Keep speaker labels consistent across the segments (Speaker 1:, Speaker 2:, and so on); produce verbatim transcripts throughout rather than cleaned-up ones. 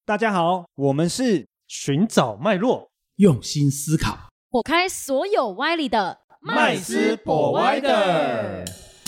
Speaker 1: 大家好，我们是
Speaker 2: 寻找脉络，
Speaker 3: 用心思考，
Speaker 4: 火开所有歪理的
Speaker 2: 麦斯博歪的。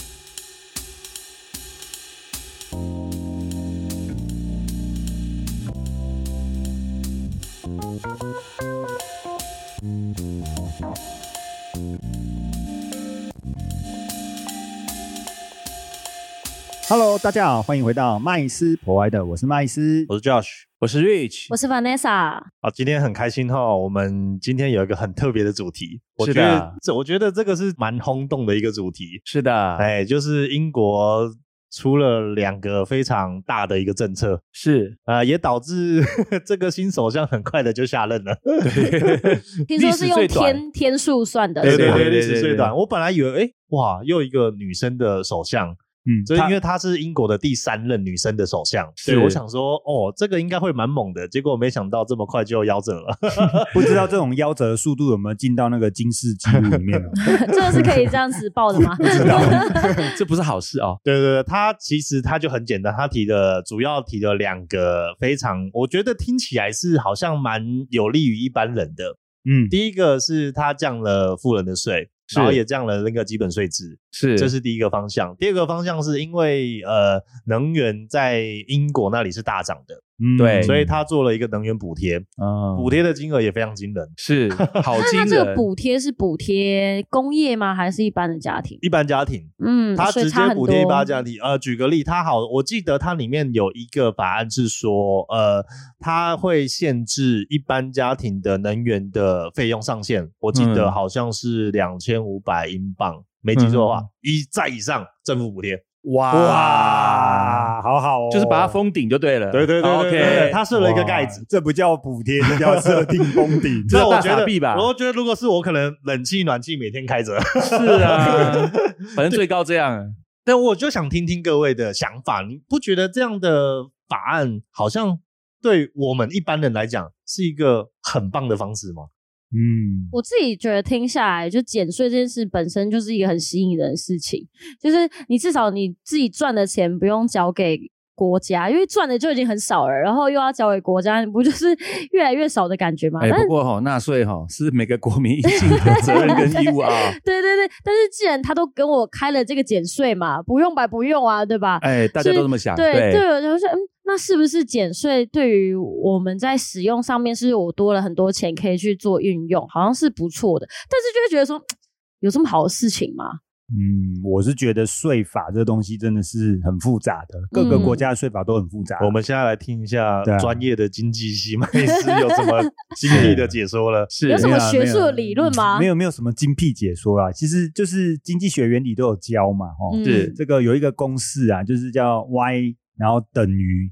Speaker 1: Hello， 大家好，欢迎回到麦斯博歪的，我是麦斯，
Speaker 2: 我是 Josh，
Speaker 3: 我是 Rich，
Speaker 4: 我是 Vanessa。
Speaker 2: 好，今天很开心哈，我们今天有一个很特别的主题，我觉
Speaker 3: 是的
Speaker 2: 得这我觉得这个是蛮轰动的一个主题，
Speaker 3: 是的，
Speaker 2: 哎，就是英国出了两个非常大的一个政策，
Speaker 3: 是
Speaker 2: 呃，也导致这个新首相很快的就下任了。
Speaker 4: 听说是用
Speaker 3: 历史最短
Speaker 4: 天天数算的，
Speaker 2: 对对对，
Speaker 3: 对对对
Speaker 2: 历史最短。我本来以为，哎，哇，又一个女生的首相。
Speaker 1: 嗯，
Speaker 2: 所以因为她是英国的第三任女生的首相，所以我想说，哦，这个应该会蛮猛的，结果没想到这么快就夭折了。
Speaker 1: 不知道这种夭折的速度有没有进到那个金氏纪录里面呢？
Speaker 4: 这个是可以这样子报的吗？
Speaker 1: 不知道，
Speaker 3: 这不是好事哦。
Speaker 2: 对对对，他其实他就很简单，他提的主要提了两个非常，我觉得听起来是好像蛮有利于一般人的。
Speaker 1: 嗯，
Speaker 2: 第一个是他降了富人的税，然后也降了那个基本税制，
Speaker 3: 是，
Speaker 2: 这是第一个方向。第二个方向是因为呃能源在英国那里是大涨的，
Speaker 1: 嗯
Speaker 3: 对
Speaker 2: 所以他做了一个能源补贴，
Speaker 1: 嗯
Speaker 2: 补贴的金额也非常惊人。
Speaker 3: 是好惊
Speaker 4: 那他这个
Speaker 3: 人。
Speaker 4: 补贴是补贴工业吗？还是一般的家庭？
Speaker 2: 一般家庭，
Speaker 4: 嗯，
Speaker 2: 他直
Speaker 4: 所以差很多
Speaker 2: 接补贴一般家庭。呃，举个例，他好，我记得它里面有一个法案是说，呃，它会限制一般家庭的能源的费用上限，我记得
Speaker 3: 嗯
Speaker 2: 好像是两千五百英镑，没记错的话，一再以上政府补贴。
Speaker 3: 哇
Speaker 1: 哇，好好哦，
Speaker 3: 就是把它封顶就对了。
Speaker 2: 对对对对对对，
Speaker 3: ，OK，
Speaker 2: 他设了一个盖子
Speaker 1: 哇，。这不叫补贴，这叫设定封顶。
Speaker 3: 这大
Speaker 2: 那我觉得
Speaker 3: 傻逼吧
Speaker 2: 我觉得如果是我，可能冷气、暖气每天开着。
Speaker 3: 是啊，反正最高这样。
Speaker 2: 但我就想听听各位的想法，你不觉得这样的法案好像对我们一般人来讲是一个很棒的方式吗？
Speaker 1: 嗯，
Speaker 4: 我自己觉得听下来，就减税这件事本身就是一个很吸引人的事情，就是你至少你自己赚的钱不用交给国家，因为赚的就已经很少了，然后又要交给国家，不就是越来越少的感觉吗？
Speaker 3: 哎，
Speaker 4: 但是
Speaker 3: 不过哈，纳税哈是每个国民应尽的责任跟义务啊。
Speaker 4: 对对对，但是既然他都跟我开了这个减税嘛，不用白不用啊，对吧？
Speaker 3: 哎，大家都这么想。
Speaker 4: 对
Speaker 3: 对
Speaker 4: 对，我就说，嗯，那是不是减税对于我们在使用上面，是我多了很多钱可以去做运用，好像是不错的，但是就会觉得说，有这么好的事情吗？
Speaker 1: 嗯，我是觉得税法这东西真的是很复杂的，各个国家的税法都很复杂。
Speaker 2: 我们现在来听一下
Speaker 1: 对啊
Speaker 2: 专业的经济系麦斯有什么精辟的解说了。
Speaker 3: 是
Speaker 4: 有什么
Speaker 1: 没有啊
Speaker 4: 学术的理论吗？
Speaker 1: 没有没有什么精辟解说啊，其实就是经济学原理都有教嘛，哦，
Speaker 4: 嗯
Speaker 3: 是
Speaker 1: 这个有一个公式啊，就是叫 y 然后等于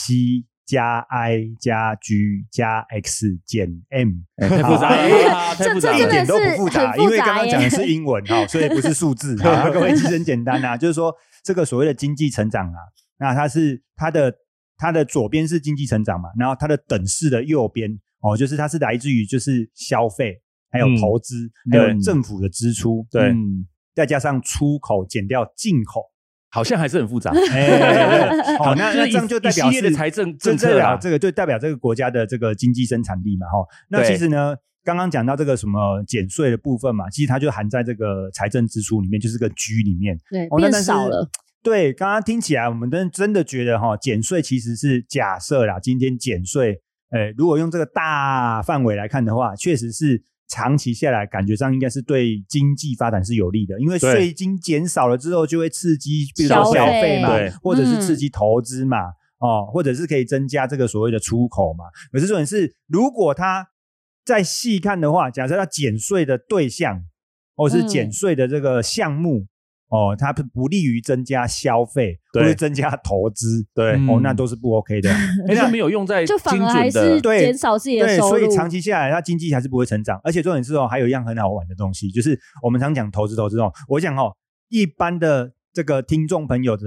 Speaker 1: c 加 i 加 g 加 x 减 m，
Speaker 3: 哎太复杂了，哎太复杂了。
Speaker 4: 这真的
Speaker 1: 一点都不复杂，
Speaker 4: 是很复杂
Speaker 1: 因为刚刚
Speaker 4: 耶
Speaker 1: 讲的是英文哈，所以不是数字哈。各位其实很简单啊，就是说这个所谓的经济成长啊，那它是它的它的左边是经济成长嘛，然后它的等式的右边哦，就是它是来自于就是消费，还有投资，
Speaker 2: 嗯
Speaker 1: 还有
Speaker 2: 对
Speaker 1: 政府的支出，
Speaker 2: 对
Speaker 3: 嗯
Speaker 1: 再加上出口减掉进口。
Speaker 3: 好像还是很复杂。
Speaker 1: 哎，好，那那这样就代表
Speaker 3: 一系列的
Speaker 1: 是
Speaker 3: 财政
Speaker 1: 这
Speaker 3: 政策啊
Speaker 1: 代表这个就代表这个国家的这个经济生产力嘛，哈。那
Speaker 3: 对
Speaker 1: 其实呢，刚刚讲到这个什么减税的部分嘛，其实它就含在这个财政支出里面，就是个 G 里面。
Speaker 4: 对，变
Speaker 1: 哦那但是
Speaker 4: 少了。
Speaker 1: 对，刚刚听起来，我们真真的觉得哈，减税其实是假设啦。今天减税，呃，如果用这个大范围来看的话，确实是长期下来，感觉上应该是对经济发展是有利的，因为
Speaker 2: 对
Speaker 1: 税金减少了之后，就会刺激，比如说消费嘛，
Speaker 2: 对
Speaker 1: 或者是刺激投资嘛，哦，或者是可以增加这个所谓的出口嘛。可是重点是，如果他再细看的话，假设他减税的对象，或是减税的这个项目。哦，它不利于增加消费，或
Speaker 2: 对
Speaker 1: 是增加投资，
Speaker 2: 对，
Speaker 3: 嗯
Speaker 1: 哦，那都是不 OK 的。
Speaker 3: 但是没有用在
Speaker 4: 就反而还
Speaker 3: 精准的
Speaker 4: 是
Speaker 1: 对
Speaker 4: 减少自己的
Speaker 1: 对，
Speaker 4: 收入，
Speaker 1: 所以长期下来，它经济还是不会成长。而且重点是哦，还有一样很好玩的东西，就是我们常讲投资投资哦，我讲哦，一般的这个听众朋友的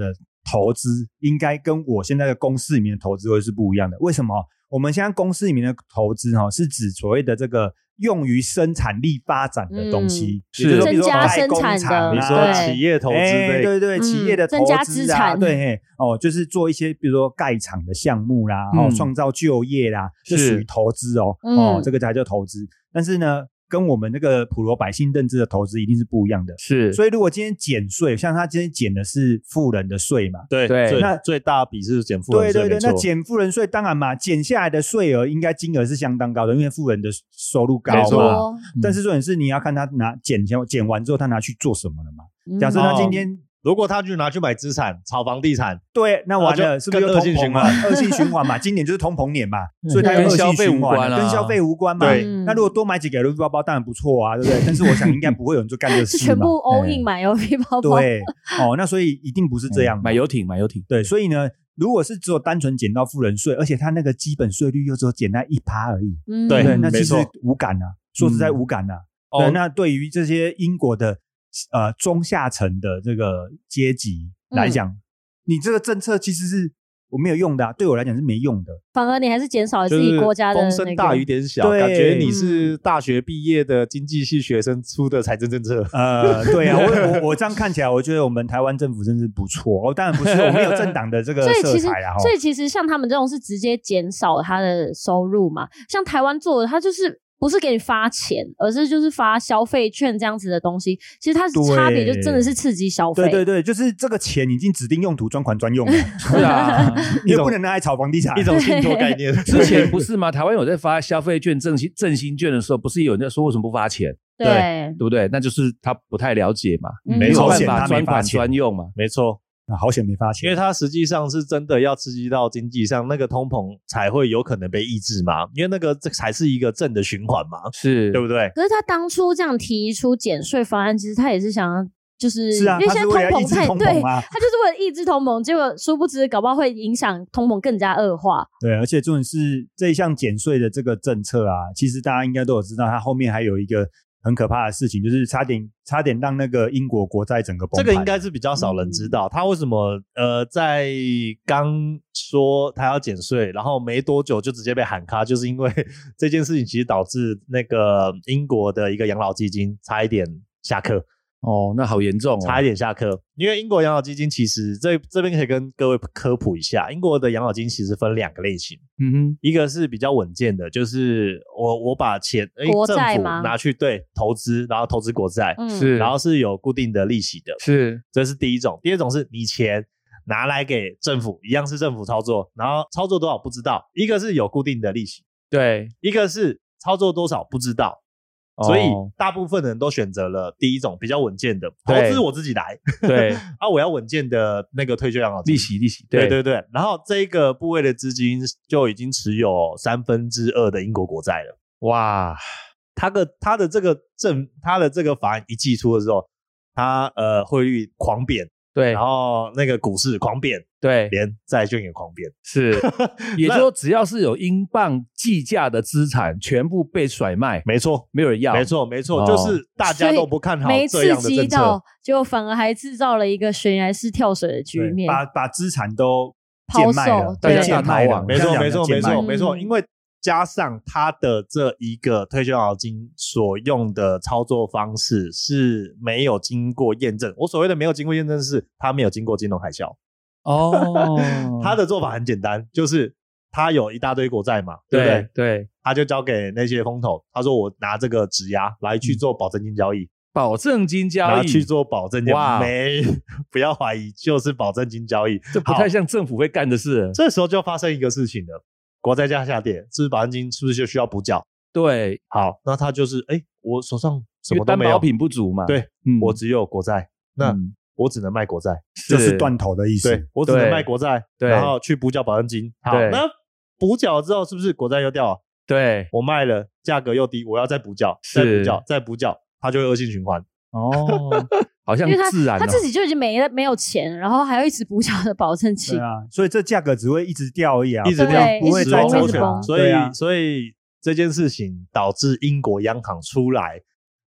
Speaker 1: 投资应该跟我现在的公司里面的投资会是不一样的。为什么？我们现在公司里面的投资是指所谓的这个用于生产力发展的东西，
Speaker 3: 嗯、是
Speaker 4: 增加生产的，
Speaker 2: 啊、你说企业投资类、
Speaker 1: 欸、对对，企业的投资、啊
Speaker 4: 嗯、增加资产，
Speaker 1: 对哦，就是做一些比如说盖厂的项目啦，嗯、哦，创造就业啦，这属于投资哦，
Speaker 4: 嗯、
Speaker 1: 哦，这个才叫投资。但是呢，跟我们那个普罗百姓认知的投资一定是不一样的。
Speaker 3: 是，
Speaker 1: 所以如果今天减税，像他今天减的是富人的税嘛，
Speaker 2: 对
Speaker 3: 对，
Speaker 2: 那最大比是减富人税，
Speaker 1: 对对对，那减富人税当然嘛，减下来的税额应该金额是相当高的，因为富人的收入高嘛。但是重点是你要看他拿减减完之后，他拿去做什么了嘛？嗯、假设他今天。
Speaker 2: 哦如果他去拿去买资产炒房地产，
Speaker 1: 对，那完了是不是又通膨嘛？恶性循环嘛，今年就是通膨年嘛，所以它有恶性循环，跟消费无关嘛。
Speaker 2: 对，
Speaker 1: 那如果多买几个 L V 包包当然不错啊，对不对？但是我想应该不会有人做干这事嘛，
Speaker 4: 全部 all in 买 L V 包包。
Speaker 1: 对，哦，那所以一定不是这样嘛、
Speaker 3: 嗯，买游艇，买游艇。
Speaker 1: 对，所以呢，如果是只有单纯减到富人税，而且他那个基本税率又只有减到一趴而已，
Speaker 4: 嗯、
Speaker 1: 对对，那其实无感啊，说实在无感啊。
Speaker 3: 嗯、
Speaker 1: 对，
Speaker 3: 哦、
Speaker 1: 那对于这些英国的。呃，中下层的这个阶级来讲、嗯，你这个政策其实是我没有用的、啊，对我来讲是没用的。
Speaker 4: 反而你还是减少了自己国家的、那個、
Speaker 2: 风声大雨点小，感觉你是大学毕业的经济系学生出的财政政策。
Speaker 1: 呃，对啊，我我我这样看起来，我觉得我们台湾政府真是不错。哦，当然不是，我没有政党的这个色彩啊。
Speaker 4: 所以其实像他们这种是直接减少他的收入嘛，像台湾做的，他就是。不是给你发钱，而是就是发消费券这样子的东西。其实它差别就真的是刺激消费。
Speaker 1: 对对对，就是这个钱已经指定用途专款专用了。对啊，你又不能拿来炒房地产，
Speaker 2: 一种信托概念。
Speaker 3: 之前不是吗？台湾有在发消费券、振兴振兴券的时候，不是有人在说为什么不发钱？
Speaker 4: 对，
Speaker 3: 对不对？那就是他不太了解嘛，
Speaker 1: 嗯、
Speaker 3: 没有办法专款专用嘛，
Speaker 2: 没错。
Speaker 1: 啊，好险没发钱，
Speaker 2: 因为它实际上是真的要刺激到经济上，那个通膨才会有可能被抑制嘛，因为那个这才是一个正的循环嘛，
Speaker 3: 是
Speaker 2: 对不对？
Speaker 4: 可是他当初这样提出减税方案，其实他也是想要，就是
Speaker 1: 是啊，
Speaker 4: 因为现在通膨太
Speaker 1: 通膨、啊、
Speaker 4: 对，他就是为了抑制通膨，结果殊不知搞不好会影响通膨更加恶化。
Speaker 1: 对，而且重点是这一项减税的这个政策啊，其实大家应该都有知道，它后面还有一个。很可怕的事情，就是差点差点让那个英国国债整个崩盘。
Speaker 2: 这个应该是比较少人知道，嗯、他为什么呃在刚说他要减税，然后没多久就直接被喊卡，就是因为这件事情其实导致那个英国的一个养老基金差一点下课。
Speaker 3: 哦，那好严重哦，
Speaker 2: 差一点下课。因为英国养老基金其实这这边可以跟各位科普一下，英国的养老金其实分两个类型，
Speaker 3: 嗯哼，
Speaker 2: 一个是比较稳健的，就是我我把钱
Speaker 4: 国债吗？
Speaker 2: 政府拿去对投资，然后投资国债，
Speaker 4: 嗯、
Speaker 3: 是，
Speaker 2: 然后是有固定的利息的，
Speaker 3: 是，
Speaker 2: 这是第一种。第二种是你钱拿来给政府，一样是政府操作，然后操作多少不知道，一个是有固定的利息，
Speaker 3: 对，
Speaker 2: 一个是操作多少不知道。所以大部分人都选择了第一种比较稳健的投资，我自己来。
Speaker 3: 对
Speaker 2: 啊，我要稳健的那个退休养老金
Speaker 3: 利息利息，
Speaker 2: 对对对。然后这个部位的资金就已经持有三分之二的英国国债了。
Speaker 3: 哇，
Speaker 2: 他的他的这个政他的这个法案一寄出的时候，他呃汇率狂贬，
Speaker 3: 对，
Speaker 2: 然后那个股市狂贬，
Speaker 3: 对，
Speaker 2: 连债券也狂贬，
Speaker 3: 是，也就是说只要是有英镑计价的资产，全部被甩卖，
Speaker 2: 没错，
Speaker 3: 没有人要，
Speaker 2: 没错没错、哦，就是大家都不看好这样的政策，
Speaker 4: 没刺激到，结果反而还制造了一个悬崖式跳水的局面，
Speaker 1: 把把资产都贱卖了，
Speaker 3: 大家大逃亡，
Speaker 2: 没错没错没错
Speaker 4: 嗯、
Speaker 2: 没错，因为加上他的这一个退休养老金所用的操作方式是没有经过验证，我所谓的没有经过验证是他没有经过金融海啸
Speaker 3: 哦，
Speaker 2: 他的做法很简单，就是他有一大堆国债嘛，对不对？
Speaker 3: 对，
Speaker 2: 他就交给那些风投，他说我拿这个质押来去做保证金交易，嗯、
Speaker 3: 保证金交易
Speaker 2: 拿去做保证金，没不要怀疑，就是保证金交易，
Speaker 3: 这不太像政府会干的事。
Speaker 2: 这时候就发生一个事情了。国债价下跌，是不是保证金是不是就需要补缴？
Speaker 3: 对，
Speaker 2: 好，那他就是哎，我手上什么都没有，
Speaker 3: 担保品不足嘛。
Speaker 2: 对，
Speaker 3: 嗯、
Speaker 2: 我只有国债，那我只能卖国债，
Speaker 1: 是就是断头的意思。
Speaker 2: 对，我只能卖国债，然后去补缴保证金。好，那补缴之后是不是国债又掉了？
Speaker 3: 对，
Speaker 2: 我卖了，价格又低，我要再补缴，再补缴，再补缴，它就会恶性循环。
Speaker 3: 哦，好像自然、哦、
Speaker 4: 他, 他自己就已经没没有钱，然后还要一直补缴的保证金，
Speaker 1: 对啊，所以这价格只会一直掉而已啊，
Speaker 2: 一直掉，
Speaker 1: 不会再
Speaker 2: 走
Speaker 1: 升。
Speaker 2: 所以、啊，所以这件事情导致英国央行出来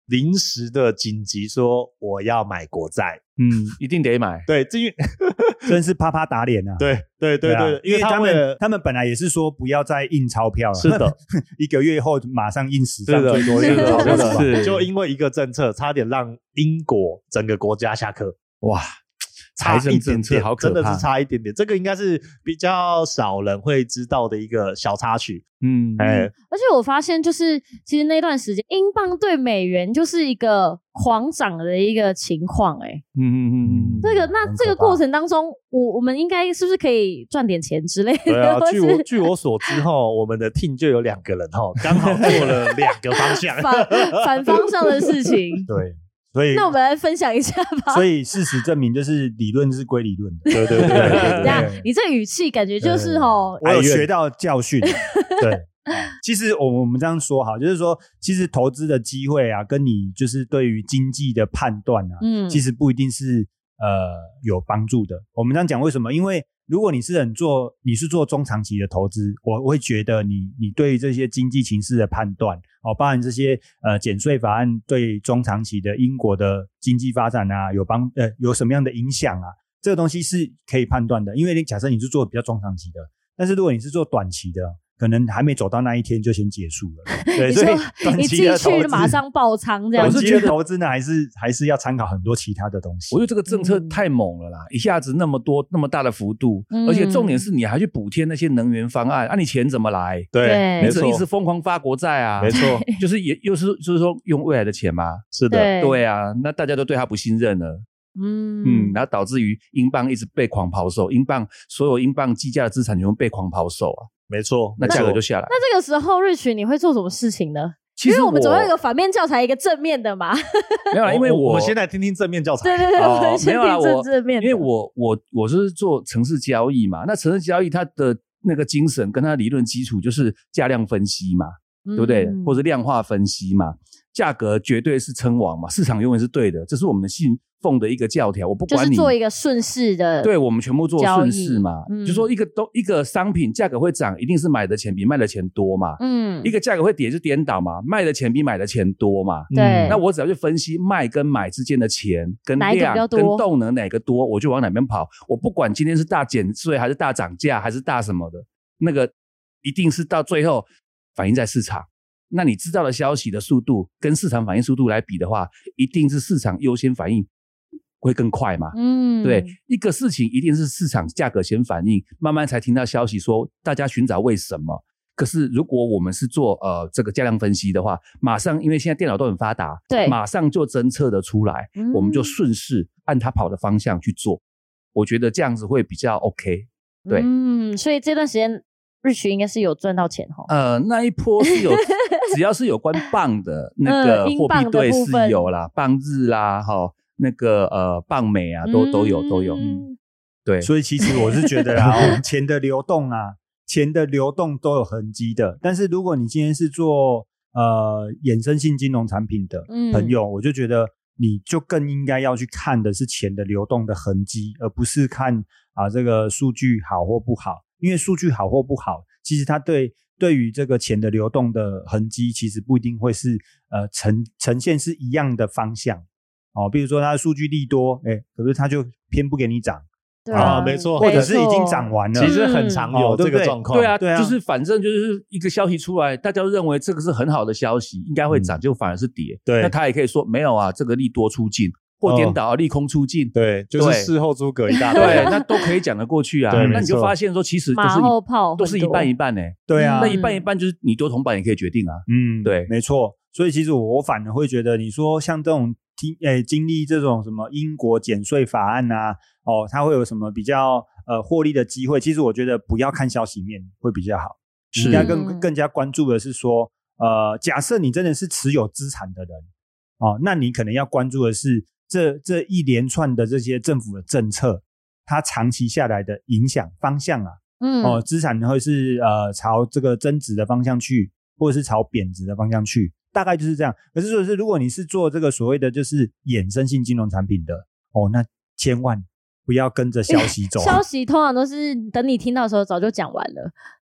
Speaker 2: 临时的紧急说我要买国债，
Speaker 3: 嗯，一定得买。
Speaker 2: 对，这
Speaker 1: 真是啪啪打脸啊！
Speaker 2: 对对对 对,
Speaker 1: 啊
Speaker 2: 对，
Speaker 1: 因为他
Speaker 2: 为
Speaker 1: 们他们本来也是说不要再印钞票了，
Speaker 2: 是的，
Speaker 1: 一个月后马上印史上
Speaker 2: 是的
Speaker 1: 最多印
Speaker 2: 是的
Speaker 1: 钞票
Speaker 2: 是的
Speaker 1: 吧
Speaker 3: 是
Speaker 2: 就因为一个政策，差点让英国整个国家下课。
Speaker 3: 哇，
Speaker 2: 差
Speaker 3: 财政政策好可怕，
Speaker 2: 真的是差一点点。这个应该是比较少人会知道的一个小插曲。
Speaker 3: 嗯，
Speaker 2: 哎，
Speaker 4: 而且我发现，就是其实那段时间，英镑对美元就是一个狂涨的一个情况、欸。哎，
Speaker 3: 嗯嗯嗯嗯，
Speaker 4: 这个那这个过程当中，我我们应该是不是可以赚点钱之类的？
Speaker 2: 对啊，据
Speaker 4: 或是
Speaker 2: 我据我所知哈，我们的 team 就有两个人哈，刚好做了两个方向，
Speaker 4: 反反方向的事情。
Speaker 1: 对，所以
Speaker 4: 那我们来分享一下吧。
Speaker 1: 所以事实证明，就是理论是归理论，
Speaker 2: 对对对对对
Speaker 4: 等下你这个语气感觉就是吼，
Speaker 1: 我有学到教训。对，其实我我们这样说好，就是说，其实投资的机会啊，跟你就是对于经济的判断啊，
Speaker 4: 嗯，
Speaker 1: 其实不一定是呃有帮助的。我们这样讲为什么？因为如果你是很做你是做中长期的投资，我会觉得你你对于这些经济情势的判断哦，包含这些呃减税法案对中长期的英国的经济发展啊，有帮呃有什么样的影响啊？这个东西是可以判断的，因为你假设你是做比较中长期的，但是如果你是做短期的，可能还没走到那一天就先结束了。对，所以短
Speaker 4: 一
Speaker 1: 期的投资
Speaker 4: 进去马上爆仓这样子。
Speaker 1: 短期的投资呢，还是还是要参考很多其他的东西。
Speaker 3: 我觉得这个政策太猛了啦，一下子那么多那么大的幅度，
Speaker 4: 嗯、
Speaker 3: 而且重点是你还去补贴那些能源方案，啊，你钱怎么来？
Speaker 2: 对，
Speaker 3: 你只能一直疯狂发国债啊，
Speaker 2: 没错，
Speaker 3: 就是也又是就是说用未来的钱嘛，
Speaker 2: 是的，
Speaker 4: 对，
Speaker 3: 对啊，那大家都对他不信任了。
Speaker 4: 嗯
Speaker 3: 嗯，然后导致于英镑一直被狂抛售，英镑所有英镑计价的资产全部被狂抛售啊，
Speaker 2: 没错，
Speaker 3: 那价格就下来。
Speaker 4: 那这个时候Rich你会做什么事情呢？
Speaker 3: 其实
Speaker 4: 因为我们总要有一个反面教材，一个正面的嘛。
Speaker 3: 没有啦，因为 我,
Speaker 2: 我们先来听听正面教材。
Speaker 4: 对对对，
Speaker 3: 哦、
Speaker 4: 我们先
Speaker 3: 没有啦，
Speaker 4: 听
Speaker 3: 我
Speaker 4: 正面的。
Speaker 3: 因为我我我是做程式交易嘛，那程式交易它的那个精神跟它的理论基础就是价量分析嘛，
Speaker 4: 嗯、
Speaker 3: 对不对？或者量化分析嘛，价格绝对是称王嘛，市场永远是对的，这是我们的信奉的一个教条。我不管你，
Speaker 4: 就是做一个顺势的，
Speaker 3: 对，我们全部做顺势嘛，
Speaker 4: 嗯、
Speaker 3: 就说一个都一个商品价格会涨，一定是买的钱比卖的钱多嘛，
Speaker 4: 嗯，
Speaker 3: 一个价格会跌就颠倒嘛，卖的钱比买的钱多嘛，
Speaker 4: 对、
Speaker 3: 嗯，那我只要去分析卖跟买之间的钱跟量跟动能哪个多，我就往哪边跑，我不管今天是大减税还是大涨价还是大什么的，那个一定是到最后反映在市场。那你知道的消息的速度跟市场反应速度来比的话，一定是市场优先反应会更快嘛？
Speaker 4: 嗯，
Speaker 3: 对，一个事情一定是市场价格先反应，慢慢才听到消息说大家寻找为什么。可是如果我们是做呃这个价量分析的话，马上因为现在电脑都很发达，
Speaker 4: 对，
Speaker 3: 马上就侦测的出来，
Speaker 4: 嗯、
Speaker 3: 我们就顺势按它跑的方向去做。我觉得这样子会比较 OK。对，
Speaker 4: 嗯，所以这段时间Rich应该是有赚到钱齁。
Speaker 3: 呃，那一波是有，只要是有关磅的那个货币对是有啦，磅日啦，哈，那个呃磅美啊，都都有都有。嗯，对，
Speaker 1: 所以其实我是觉得啊，哦、钱的流动啊，钱的流动都有痕迹的。但是如果你今天是做呃衍生性金融产品的朋友，嗯、我就觉得你就更应该要去看的是钱的流动的痕迹，而不是看啊这个数据好或不好。因为数据好或不好，其实它对对于这个钱的流动的痕迹，其实不一定会是呃呈呈现是一样的方向哦。比如说它的数据利多，哎，可是它就偏不给你涨，
Speaker 4: 对啊，
Speaker 2: 啊没错，
Speaker 1: 或者是已经涨完了，
Speaker 2: 其实很常有这个状况。
Speaker 3: 对啊，
Speaker 1: 对啊，
Speaker 3: 就是反正就是一个消息出来，大家都认为这个是很好的消息，应该会涨，就反而是跌。
Speaker 2: 对，
Speaker 3: 那他也可以说没有啊，这个利多出尽。或颠倒、哦、利空出尽，
Speaker 2: 对，就是事后诸葛一大堆，
Speaker 3: 对，那都可以讲得过去啊。
Speaker 2: 对，
Speaker 3: 那你就发现说，其实都是
Speaker 4: 马后炮
Speaker 3: 都是一半一半呢、欸。
Speaker 1: 对啊，
Speaker 3: 那一半一半就是你多铜板也可以决定啊。
Speaker 1: 嗯，
Speaker 3: 对，
Speaker 1: 没错。所以其实我反而会觉得，你说像这种经诶经历这种什么英国减税法案啊，哦，它会有什么比较呃获利的机会？其实我觉得不要看消息面会比较好，
Speaker 3: 是
Speaker 1: 应该更更加关注的是说，呃，假设你真的是持有资产的人哦，那你可能要关注的是。这这一连串的这些政府的政策，它长期下来的影响方向啊，
Speaker 4: 嗯，
Speaker 1: 哦，资产会是呃朝这个增值的方向去，或者是朝贬值的方向去，大概就是这样。可是说是如果你是做这个所谓的就是衍生性金融产品的，哦，那千万不要跟着消息走。
Speaker 4: 消息通常都是等你听到的时候早就讲完了。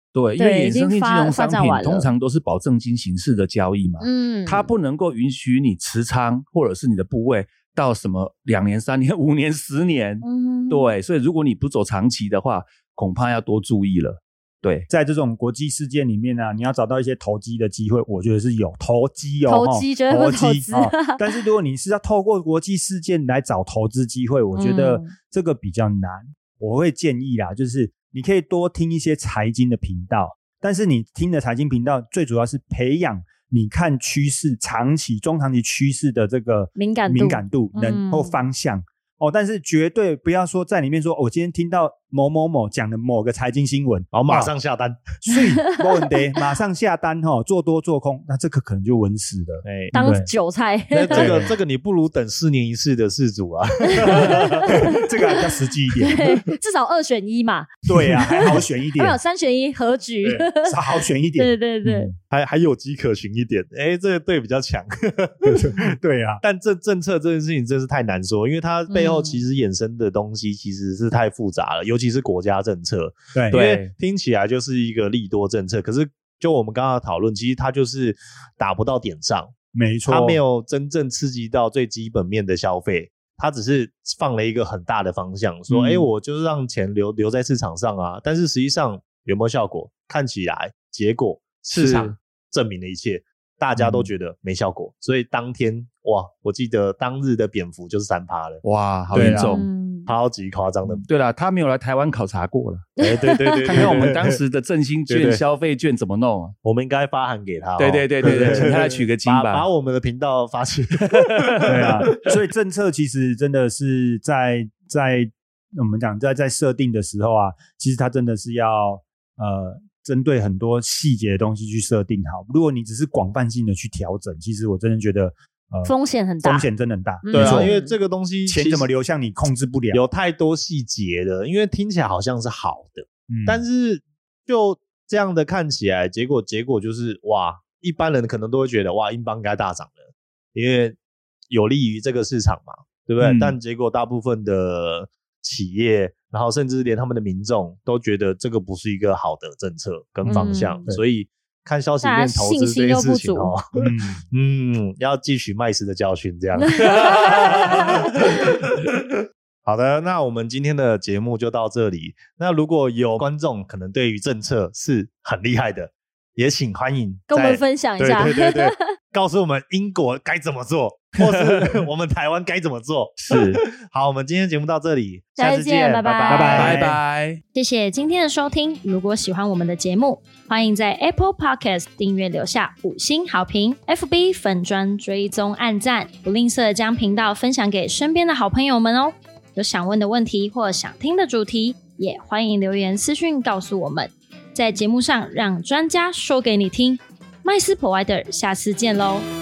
Speaker 3: 对，因为衍生性金融商品通常都是保证金形式的交易嘛，嗯，它不能够允许你持仓或者是你的部位到什么两年、三年、五年、十年，嗯，对，所以如果你不走长期的话，恐怕要多注意了。对，
Speaker 1: 在这种国际事件里面呢、啊，你要找到一些投机的机会，我觉得是有投机哦，
Speaker 4: 投机绝对不投资、哦。
Speaker 1: 但是如果你是要透过国际事件来找投资机会，我觉得这个比较难。嗯、我会建议啦，就是你可以多听一些财经的频道，但是你听的财经频道最主要是培养你看趋势、长期、中长期趋势的这个
Speaker 4: 敏感度、
Speaker 1: 敏感度、能或方向。嗯哦，但是绝对不要说在里面说，我、哦、今天听到某某某讲的某个财经新闻，
Speaker 2: 然后马上下单，
Speaker 1: 所以没问题，马上下单哈、哦，做多做空，那这个可能就稳死了，
Speaker 2: 哎，
Speaker 4: 当韭菜。
Speaker 2: 那这个这个你不如等四年一次的事主啊，
Speaker 1: 这个还比较实际一点，
Speaker 4: 至少二选一嘛。
Speaker 1: 对啊，还好选一点，
Speaker 4: 没有三选一和局，
Speaker 1: 少好选一点，
Speaker 4: 对对对，嗯、
Speaker 2: 还还有迹可循一点，哎，这个队比较强，
Speaker 1: 对啊。
Speaker 2: 但这政策这件事情真是太难说，因为它背后其实衍生的东西其实是太复杂了，尤其是国家政策。
Speaker 1: 对，
Speaker 2: 因为听起来就是一个利多政策，可是就我们刚刚讨论，其实它就是打不到点上，
Speaker 1: 没错，
Speaker 2: 它没有真正刺激到最基本面的消费，它只是放了一个很大的方向，说，哎、嗯，我就是让钱留留在市场上啊，但是实际上有没有效果？看起来结果市场证明了一切，大家都觉得没效果，嗯、所以当天哇，我记得当日的蝙蝠就是 百分之三 了，
Speaker 3: 哇，好严重。
Speaker 2: 超级夸张的、嗯，
Speaker 3: 对啦，他没有来台湾考察过了。
Speaker 2: 对对对 对, 对，
Speaker 3: 看看我们当时的振兴券、对对消费券怎么弄啊？
Speaker 2: 我们应该发函给他、哦。
Speaker 3: 对对对对对，请他来取个经吧，
Speaker 2: 把, 把我们的频道发起。
Speaker 1: 对啊，所以政策其实真的是在在我们讲在在设定的时候啊，其实它真的是要呃针对很多细节的东西去设定好。如果你只是广泛性的去调整，其实我真的觉得。
Speaker 4: 呃、风险很大，
Speaker 1: 风险真的很大。
Speaker 2: 对啊，因为这个东西
Speaker 1: 钱怎么流向你控制不了，
Speaker 2: 有太多细节了。因为听起来好像是好的，
Speaker 1: 嗯、
Speaker 2: 但是就这样的看起来，结果结果就是哇，一般人可能都会觉得哇，英镑应该大涨了，因为有利于这个市场嘛，对不对？嗯、但结果大部分的企业，然后甚至连他们的民众都觉得这个不是一个好的政策跟方向，嗯、所以。看消息面投资这件事情哦，嗯嗯，要汲取麦斯的教训，这样。好的，那我们今天的节目就到这里。那如果有观众可能对于政策是很厉害的，也请欢迎
Speaker 4: 跟我们分享一下，
Speaker 2: 对对对对，告诉我们英国该怎么做，或是我们台湾该怎么做。
Speaker 3: 是，
Speaker 2: 好，我们今天节目到这里，
Speaker 4: 下次见，拜拜
Speaker 3: 拜拜拜拜。
Speaker 4: 谢谢今天的收听。如果喜欢我们的节目，欢迎在 Apple Podcast 订阅留下五星好评 ，F B 粉专追踪按赞，不吝啬将频道分享给身边的好朋友们哦。有想问的问题或想听的主题，也欢迎留言私讯告诉我们，在节目上让专家说给你听。麦斯 Provider， 下次见喽。